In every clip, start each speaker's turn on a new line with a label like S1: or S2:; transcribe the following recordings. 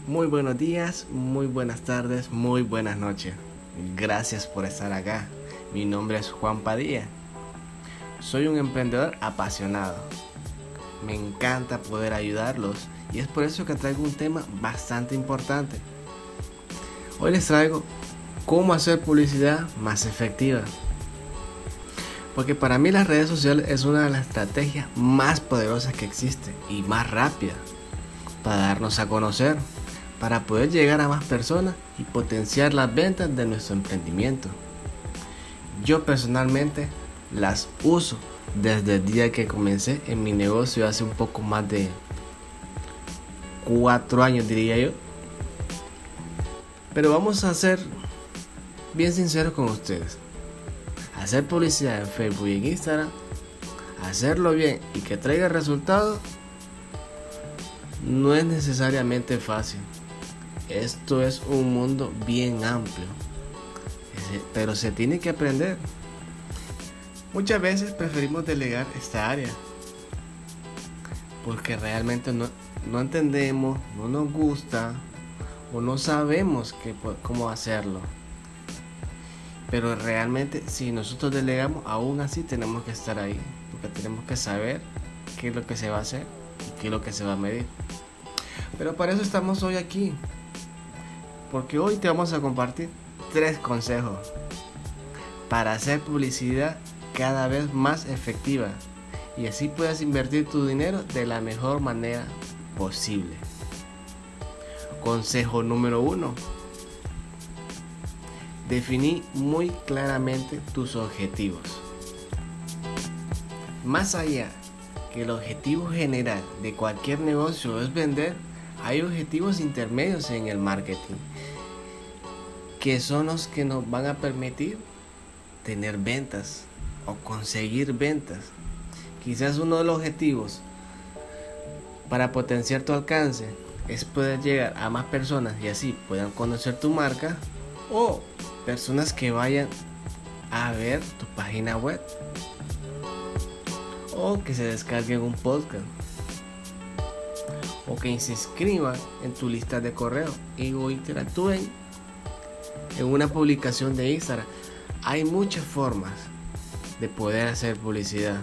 S1: Muy buenos días, muy buenas tardes, muy buenas noches. Gracias por estar acá. Mi nombre es Juan Padilla. Soy un emprendedor apasionado. Me encanta poder ayudarlos y es por eso que traigo un tema bastante importante. Hoy les traigo cómo hacer publicidad más efectiva. Porque para mí las redes sociales es una de las estrategias más poderosas que existe y más rápida para darnos a conocer, para poder llegar a más personas y potenciar las ventas de nuestro emprendimiento. Yo personalmente las uso desde el día que comencé en mi negocio hace un poco más de 4 años, diría yo. Pero vamos a ser bien sinceros con ustedes. Hacer publicidad en Facebook y en Instagram, hacerlo bien y que traiga resultados, no es necesariamente fácil. Esto es un mundo bien amplio, pero se tiene que aprender. Muchas veces preferimos delegar esta área porque realmente no entendemos, no nos gusta o no sabemos cómo hacerlo. Pero realmente si nosotros delegamos, aún así tenemos que estar ahí, porque tenemos que saber qué es lo que se va a hacer y qué es lo que se va a medir. Pero para eso estamos hoy aquí, porque hoy te vamos a compartir 3 consejos para hacer publicidad cada vez más efectiva y así puedas invertir tu dinero de la mejor manera posible. Consejo número 1. Definí muy claramente tus objetivos. Más allá que el objetivo general de cualquier negocio es vender, hay objetivos intermedios en el marketing que son los que nos van a permitir tener ventas o conseguir ventas. Quizás uno de los objetivos para potenciar tu alcance es poder llegar a más personas y así puedan conocer tu marca, o personas que vayan a ver tu página web, o que se descarguen un podcast, o que se inscriban en tu lista de correo o interactúen en una publicación de Instagram. Hay muchas formas de poder hacer publicidad.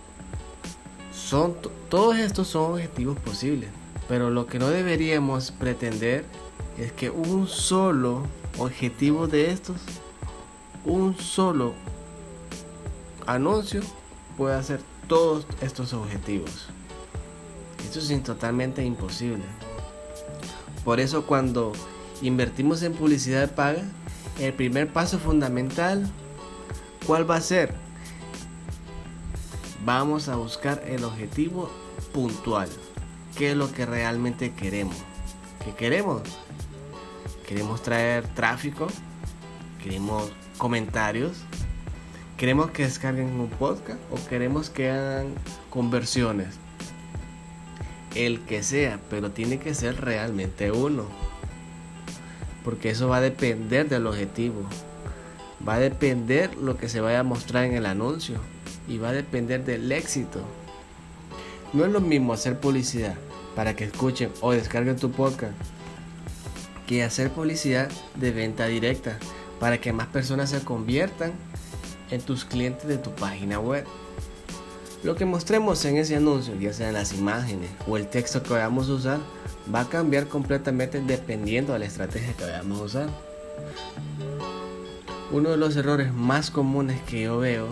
S1: Todos estos son objetivos posibles, pero lo que no deberíamos pretender es que un solo objetivo de estos, un solo anuncio pueda hacer todos estos objetivos. Esto es totalmente imposible. Por eso cuando invertimos en publicidad paga, el primer paso fundamental, ¿cuál va a ser? Vamos a buscar el objetivo puntual. ¿Qué es lo que realmente queremos? ¿Qué queremos? ¿Queremos traer tráfico? ¿Queremos comentarios? ¿Queremos que descarguen un podcast? ¿O queremos que hagan conversiones? El que sea, pero tiene que ser realmente uno. Porque eso va a depender del objetivo. Va a depender lo que se vaya a mostrar en el anuncio. Y va a depender del éxito. No es lo mismo hacer publicidad para que escuchen o descarguen tu podcast que hacer publicidad de venta directa para que más personas se conviertan en tus clientes de tu página web. Lo que mostremos en ese anuncio, ya sean las imágenes o el texto que vayamos a usar, va a cambiar completamente dependiendo de la estrategia que vayamos a usar. Uno de los errores más comunes que yo veo,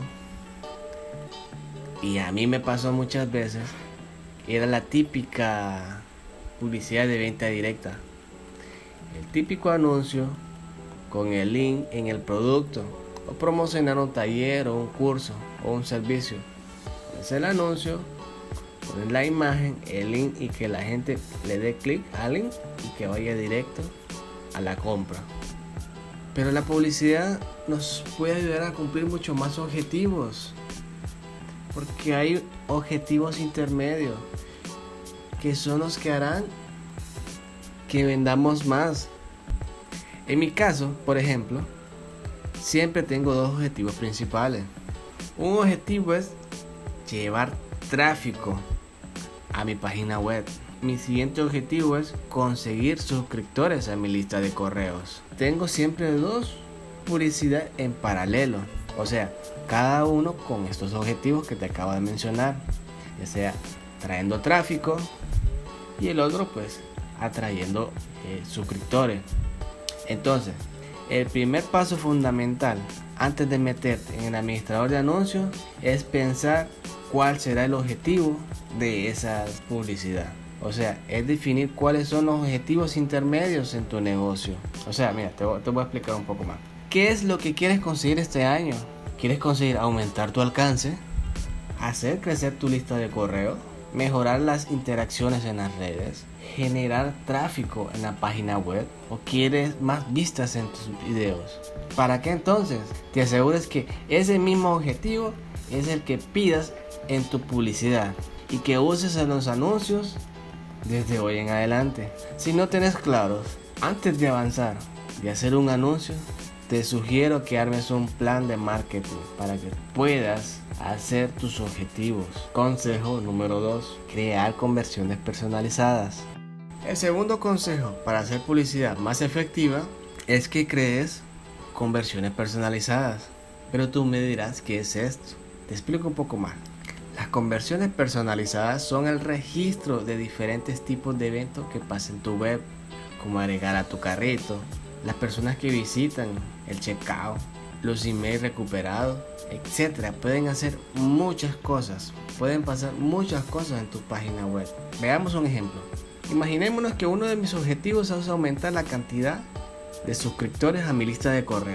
S1: y a mí me pasó muchas veces, era la típica publicidad de venta directa. El típico anuncio con el link en el producto, o promocionar un taller o un curso o un servicio. Es el anuncio, poner la imagen, el link y que la gente le dé clic al link y que vaya directo a la compra. Pero la publicidad nos puede ayudar a cumplir mucho más objetivos, porque hay objetivos intermedios que son los que harán que vendamos más. En mi caso, por ejemplo, siempre tengo 2 objetivos principales. Un objetivo es llevar tráfico a mi página web mi siguiente objetivo es conseguir suscriptores a mi lista de correos. Tengo siempre dos publicidad en paralelo, o sea, cada uno con estos objetivos que te acabo de mencionar, ya sea trayendo tráfico y el otro pues atrayendo suscriptores. Entonces, el primer paso fundamental antes de meterte en el administrador de anuncios es pensar cuál será el objetivo de esa publicidad. O sea, es definir cuáles son los objetivos intermedios en tu negocio. O sea, mira, te voy a explicar un poco más. ¿Qué es lo que quieres conseguir este año? ¿Quieres conseguir aumentar tu alcance? ¿Hacer crecer tu lista de correo? ¿Mejorar las interacciones en las redes? ¿Generar tráfico en la página web? ¿O quieres más vistas en tus videos? ¿Para qué entonces? Te asegures que ese mismo objetivo es el que pidas en tu publicidad y que uses en los anuncios desde hoy en adelante. Si no tenés claros, antes de avanzar y hacer un anuncio, te sugiero que armes un plan de marketing para que puedas hacer tus objetivos. Consejo número 2. Crear conversiones personalizadas. El segundo consejo para hacer publicidad más efectiva es que crees conversiones personalizadas. Pero tú me dirás, ¿qué es esto? Te explico un poco más. Las conversiones personalizadas son el registro de diferentes tipos de eventos que pasan en tu web, como agregar a tu carrito, las personas que visitan, el checkout, los emails recuperados, etc. Pueden hacer muchas cosas, pueden pasar muchas cosas en tu página web. Veamos un ejemplo. Imaginémonos que uno de mis objetivos es aumentar la cantidad de suscriptores a mi lista de correo.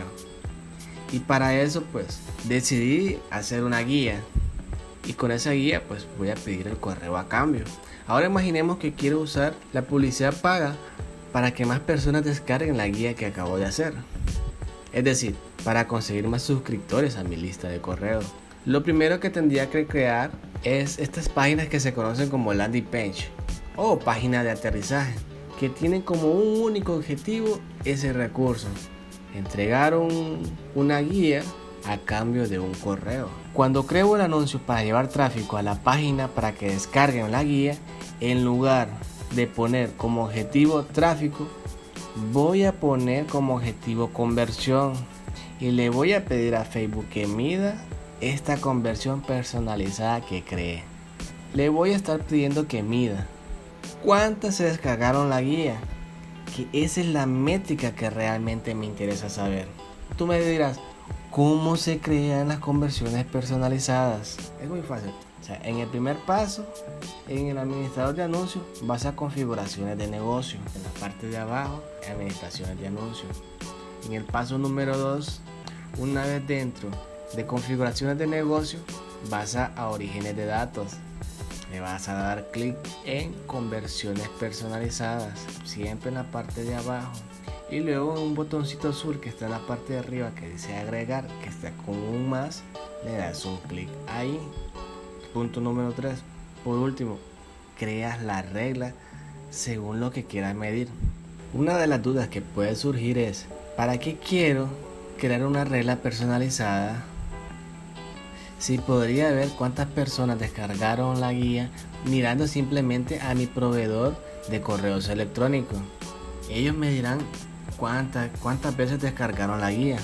S1: Y para eso pues decidí hacer una guía. Y con esa guía pues voy a pedir el correo a cambio. Ahora imaginemos que quiero usar la publicidad paga para que más personas descarguen la guía que acabo de hacer. Es decir, para conseguir más suscriptores a mi lista de correo. Lo primero que tendría que crear es estas páginas que se conocen como landing page o páginas de aterrizaje, que tienen como un único objetivo ese recurso: entregar una guía a cambio de un correo. Cuando creo el anuncio para llevar tráfico a la página para que descarguen la guía, en lugar de poner como objetivo tráfico, voy a poner como objetivo conversión y le voy a pedir a Facebook que mida esta conversión personalizada que cree. Le voy a estar pidiendo que mida cuántas se descargaron la guía, que esa es la métrica que realmente me interesa saber. Tú me dirás, ¿cómo se crean las conversiones personalizadas? Es muy fácil. O sea, en el primer paso, en el administrador de anuncios, vas a configuraciones de negocio. En la parte de abajo, administraciones de anuncios. En el paso número 2, una vez dentro de configuraciones de negocio, vas a orígenes de datos. Le vas a dar clic en conversiones personalizadas, siempre en la parte de abajo. Y luego un botoncito azul que está en la parte de arriba que dice agregar, que está con un más, le das un clic ahí. Punto número 3. Por último, creas la regla según lo que quieras medir. Una de las dudas que puede surgir es: ¿para qué quiero crear una regla personalizada si podría ver cuántas personas descargaron la guía mirando simplemente a mi proveedor de correos electrónicos? Ellos me dirán cuántas veces descargaron la guía.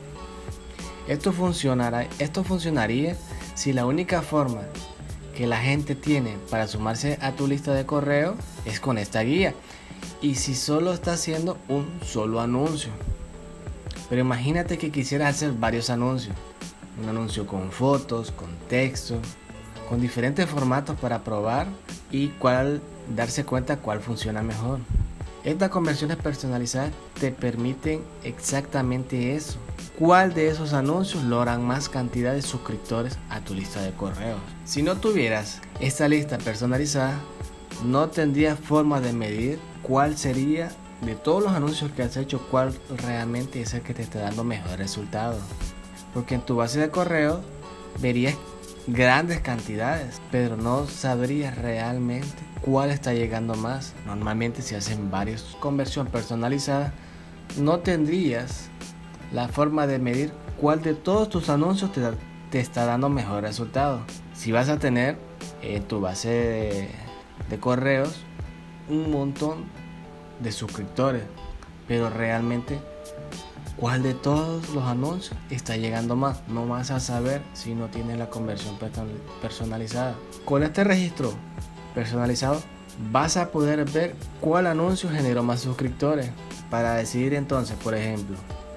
S1: Esto funcionaría si la única forma que la gente tiene para sumarse a tu lista de correo es con esta guía, y si solo está haciendo un solo anuncio. Pero imagínate que quisieras hacer varios anuncios, un anuncio con fotos, con texto, con diferentes formatos para probar y darse cuenta cuál funciona mejor. Estas conversiones personalizadas te permiten exactamente eso. ¿Cuál de esos anuncios logran más cantidad de suscriptores a tu lista de correos? Si no tuvieras esta lista personalizada, no tendrías forma de medir cuál sería, de todos los anuncios que has hecho, cuál realmente es el que te está dando mejor resultado. Porque en tu base de correo verías grandes cantidades, pero no sabrías realmente cuál está llegando más. Normalmente, si hacen varias conversiones personalizadas, no tendrías la forma de medir cuál de todos tus anuncios te está dando mejor resultado. Si vas a tener en tu base de correos un montón de suscriptores, pero realmente, ¿cuál de todos los anuncios está llegando más? No vas a saber si no tienes la conversión personalizada. Con este registro personalizado vas a poder ver cuál anuncio generó más suscriptores para decidir entonces, por ejemplo,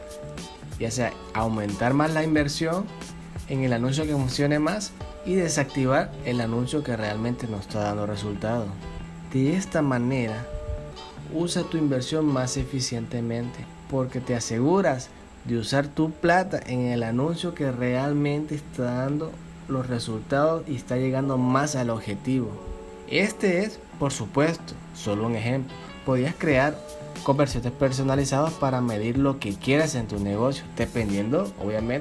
S1: ya sea aumentar más la inversión en el anuncio que funcione más y desactivar el anuncio que realmente no está dando resultado. De esta manera, usa tu inversión más eficientemente porque te aseguras de usar tu plata en el anuncio que realmente está dando los resultados y está llegando más al objetivo. Este es, por supuesto, solo un ejemplo. Podrías crear conversiones personalizadas para medir lo que quieras en tu negocio, dependiendo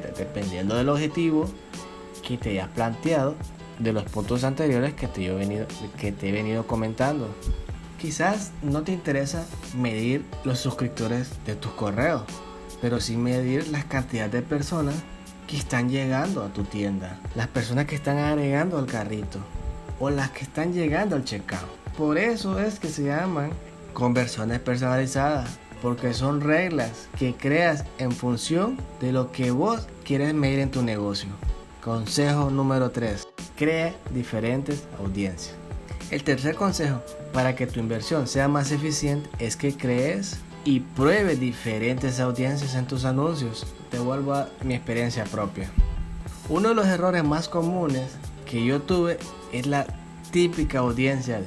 S1: del objetivo que te hayas planteado de los puntos anteriores que te he venido comentando. Quizás no te interesa medir los suscriptores de tus correos, pero sí medir las cantidades de personas que están llegando a tu tienda, las personas que están agregando al carrito o las que están llegando al checkout. Por eso es que se llaman conversiones personalizadas, porque son reglas que creas en función de lo que vos quieres medir en tu negocio. Consejo número 3. Crea diferentes audiencias. El tercer consejo para que tu inversión sea más eficiente es que crees y pruebes diferentes audiencias en tus anuncios. Te vuelvo a mi experiencia propia. Uno de los errores más comunes que yo tuve es la típica audiencia de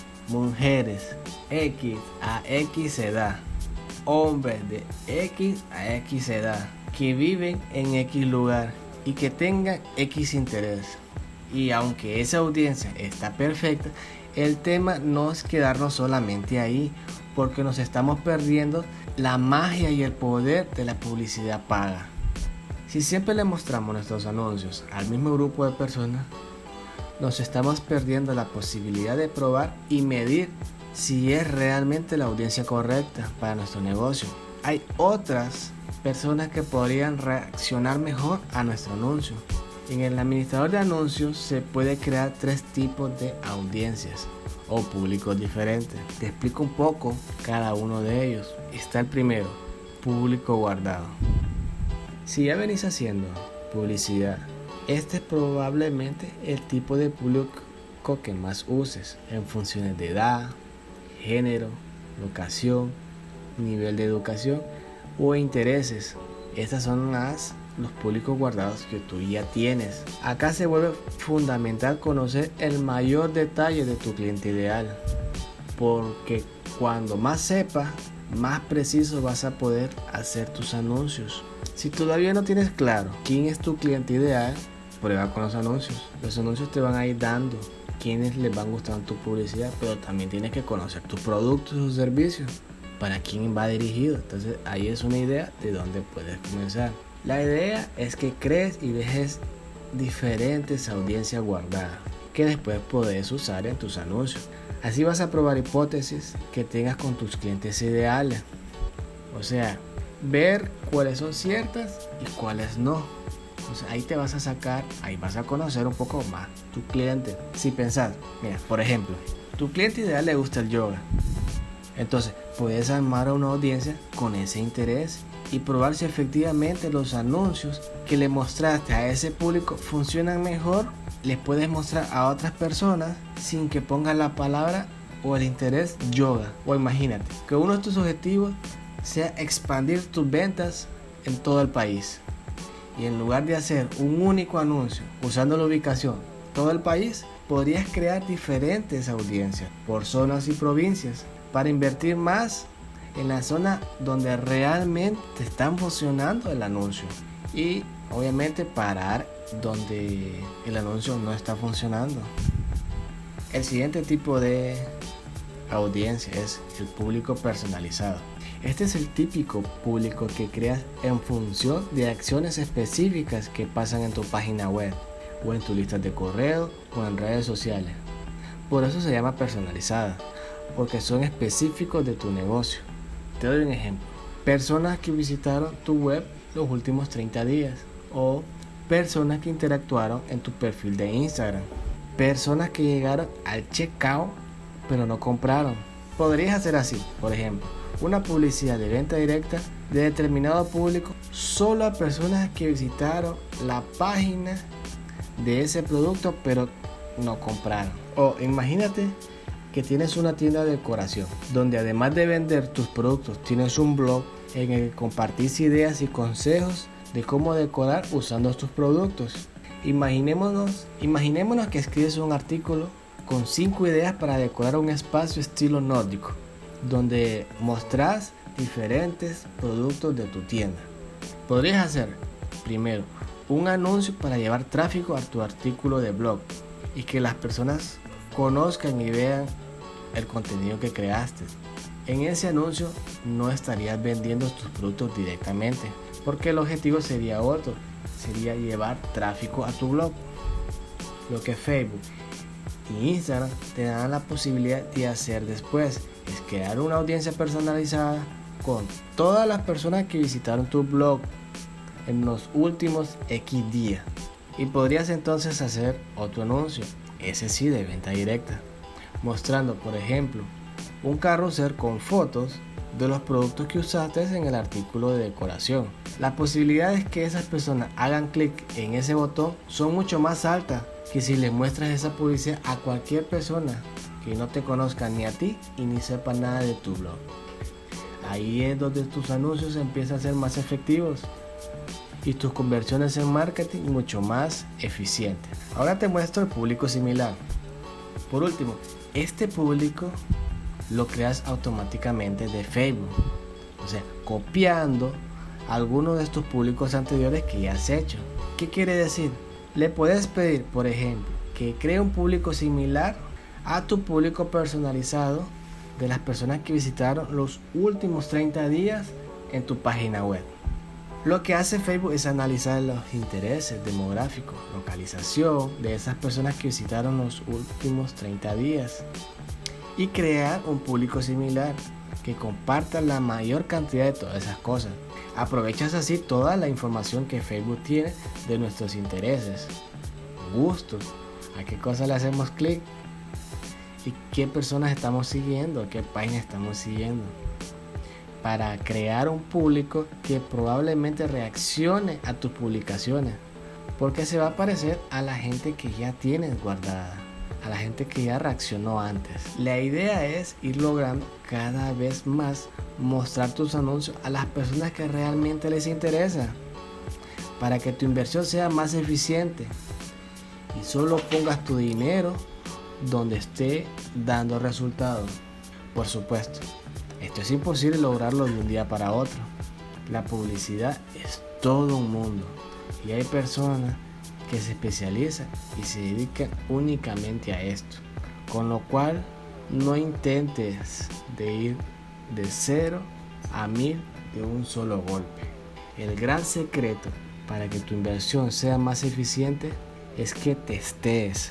S1: mujeres X a X edad, hombres de X a X edad, que viven en X lugar y que tengan X interés. Y aunque esa audiencia está perfecta, el tema no es quedarnos solamente ahí, porque nos estamos perdiendo la magia y el poder de la publicidad paga. Si siempre le mostramos nuestros anuncios al mismo grupo de personas, nos estamos perdiendo la posibilidad de probar y medir si es realmente la audiencia correcta para nuestro negocio. Hay otras personas que podrían reaccionar mejor a nuestro anuncio. En el administrador de anuncios se puede crear 3 tipos de audiencias o públicos diferentes. Te explico un poco cada uno de ellos. Está el primero, público guardado. Si ya venís haciendo publicidad, este es probablemente el tipo de público que más uses en funciones de edad, género, locación, nivel de educación o intereses. Estas son los públicos guardados que tú ya tienes. Acá se vuelve fundamental conocer el mayor detalle de tu cliente ideal, porque cuando más sepas, más preciso vas a poder hacer tus anuncios. Si todavía no tienes claro quién es tu cliente ideal, prueba con los anuncios. Los anuncios te van a ir dando quiénes les van gustando tu publicidad, pero también tienes que conocer tus productos o servicios, para quién va dirigido. Entonces ahí es una idea de dónde puedes comenzar. La idea es que crees y dejes diferentes audiencias guardadas que después puedes usar en tus anuncios. Así vas a probar hipótesis que tengas con tus clientes ideales. O sea, ver cuáles son ciertas y cuáles no. Entonces ahí te vas a sacar, ahí vas a conocer un poco más tu cliente. Si pensás, mira, por ejemplo, tu cliente ideal le gusta el yoga. Entonces puedes armar una audiencia con ese interés y probar si efectivamente los anuncios que le mostraste a ese público funcionan mejor. Les puedes mostrar a otras personas sin que pongan la palabra o el interés yoga. O imagínate que uno de tus objetivos sea expandir tus ventas en todo el país, y en lugar de hacer un único anuncio usando la ubicación todo el país, podrías crear diferentes audiencias por zonas y provincias para invertir más en la zona donde realmente están funcionando el anuncio, y obviamente parar donde el anuncio no está funcionando. El siguiente tipo de audiencia es el público personalizado. Este es el típico público que creas en función de acciones específicas que pasan en tu página web o en tu lista de correo o en redes sociales. Por eso se llama personalizada, porque son específicos de tu negocio. Te doy un ejemplo: personas que visitaron tu web los últimos 30 días, o personas que interactuaron en tu perfil de Instagram, personas que llegaron al checkout pero no compraron, Podrías hacer así, por ejemplo, una publicidad de venta directa de determinado público solo a personas que visitaron la página de ese producto pero no compraron. O imagínate que tienes una tienda de decoración donde además de vender tus productos tienes un blog en el que compartís ideas y consejos de cómo decorar usando tus productos. Imaginémonos que escribes un artículo con 5 ideas para decorar un espacio estilo nórdico, donde mostrás diferentes productos de tu tienda. Podrías hacer, primero, un anuncio para llevar tráfico a tu artículo de blog y que las personas conozcan y vean el contenido que creaste. En ese anuncio no estarías vendiendo tus productos directamente, porque el objetivo sería otro, sería llevar tráfico a tu blog. Lo que Facebook y Instagram te dan la posibilidad de hacer después es crear una audiencia personalizada con todas las personas que visitaron tu blog en los últimos X días. Y podrías entonces hacer otro anuncio, ese sí de venta directa, mostrando por ejemplo un carrusel con fotos de los productos que usaste en el artículo de decoración. Las posibilidades que esas personas hagan clic en ese botón son mucho más altas que si le muestras esa publicidad a cualquier persona que no te conozca ni a ti y ni sepa nada de tu blog. Ahí es donde tus anuncios empiezan a ser más efectivos y tus conversiones en marketing mucho más eficientes. Ahora te muestro el público similar. Por último, este público lo creas automáticamente de Facebook, o sea, copiando algunos de estos públicos anteriores que ya has hecho. ¿Qué quiere decir? Le puedes pedir, por ejemplo, que cree un público similar a tu público personalizado de las personas que visitaron los últimos 30 días en tu página web. Lo que hace Facebook es analizar los intereses demográficos, localización de esas personas que visitaron los últimos 30 días y crear un público similar que comparta la mayor cantidad de todas esas cosas. Aprovechas así toda la información que Facebook tiene de nuestros intereses, gustos, a qué cosas le hacemos clic y qué personas estamos siguiendo, qué páginas estamos siguiendo, para crear un público que probablemente reaccione a tus publicaciones, porque se va a parecer a la gente que ya tienes guardada, a la gente que ya reaccionó antes. La idea es ir logrando cada vez más mostrar tus anuncios a las personas que realmente les interesa, para que tu inversión sea más eficiente y solo pongas tu dinero donde esté dando resultados. Por supuesto, esto es imposible lograrlo de un día para otro. La publicidad es todo un mundo y hay personas que se especializan y se dedican únicamente a esto, con lo cual no intentes de ir de 0 a 1000 de un solo golpe. El gran secreto para que tu inversión sea más eficiente es que testes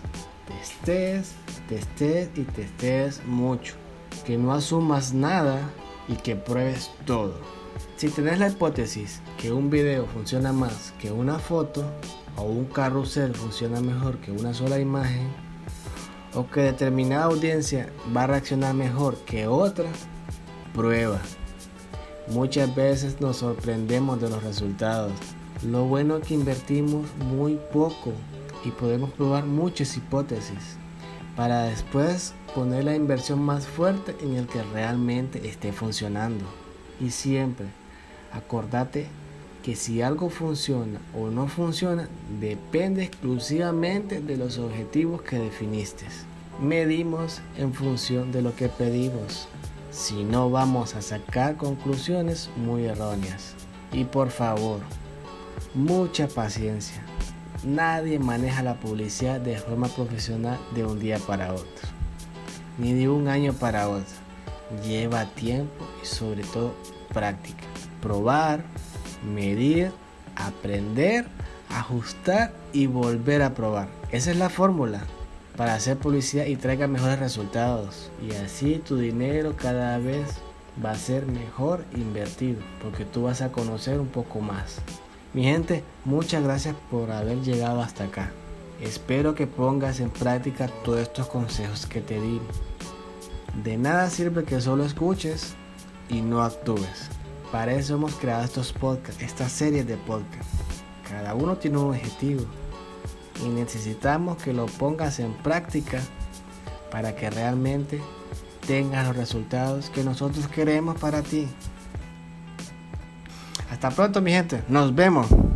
S1: mucho, que no asumas nada y que pruebes todo. Si tenés la hipótesis que un video funciona más que una foto, o un carrusel funciona mejor que una sola imagen, o que determinada audiencia va a reaccionar mejor que otra, prueba. Muchas veces nos sorprendemos de los resultados. Lo bueno es que invertimos muy poco y podemos probar muchas hipótesis para después poner la inversión más fuerte en el que realmente esté funcionando. Y siempre acordate que si algo funciona o no funciona depende exclusivamente de los objetivos que definiste. Medimos en función de lo que pedimos, si no vamos a sacar conclusiones muy erróneas. Y por favor, mucha paciencia. Nadie maneja la publicidad de forma profesional de un día para otro, ni de un año para otro. Lleva tiempo y sobre todo práctica. Probar, medir, aprender, ajustar y volver a probar. Esa es la fórmula para hacer publicidad y traiga mejores resultados. Y así tu dinero cada vez va a ser mejor invertido, porque tú vas a conocer un poco más. Mi gente, muchas gracias por haber llegado hasta acá. Espero que pongas en práctica todos estos consejos que te di. De nada sirve que solo escuches y no actúes. Para eso hemos creado estos podcasts, estas series de podcasts. Cada uno tiene un objetivo y necesitamos que lo pongas en práctica para que realmente tengas los resultados que nosotros queremos para ti. Hasta pronto, mi gente. Nos vemos.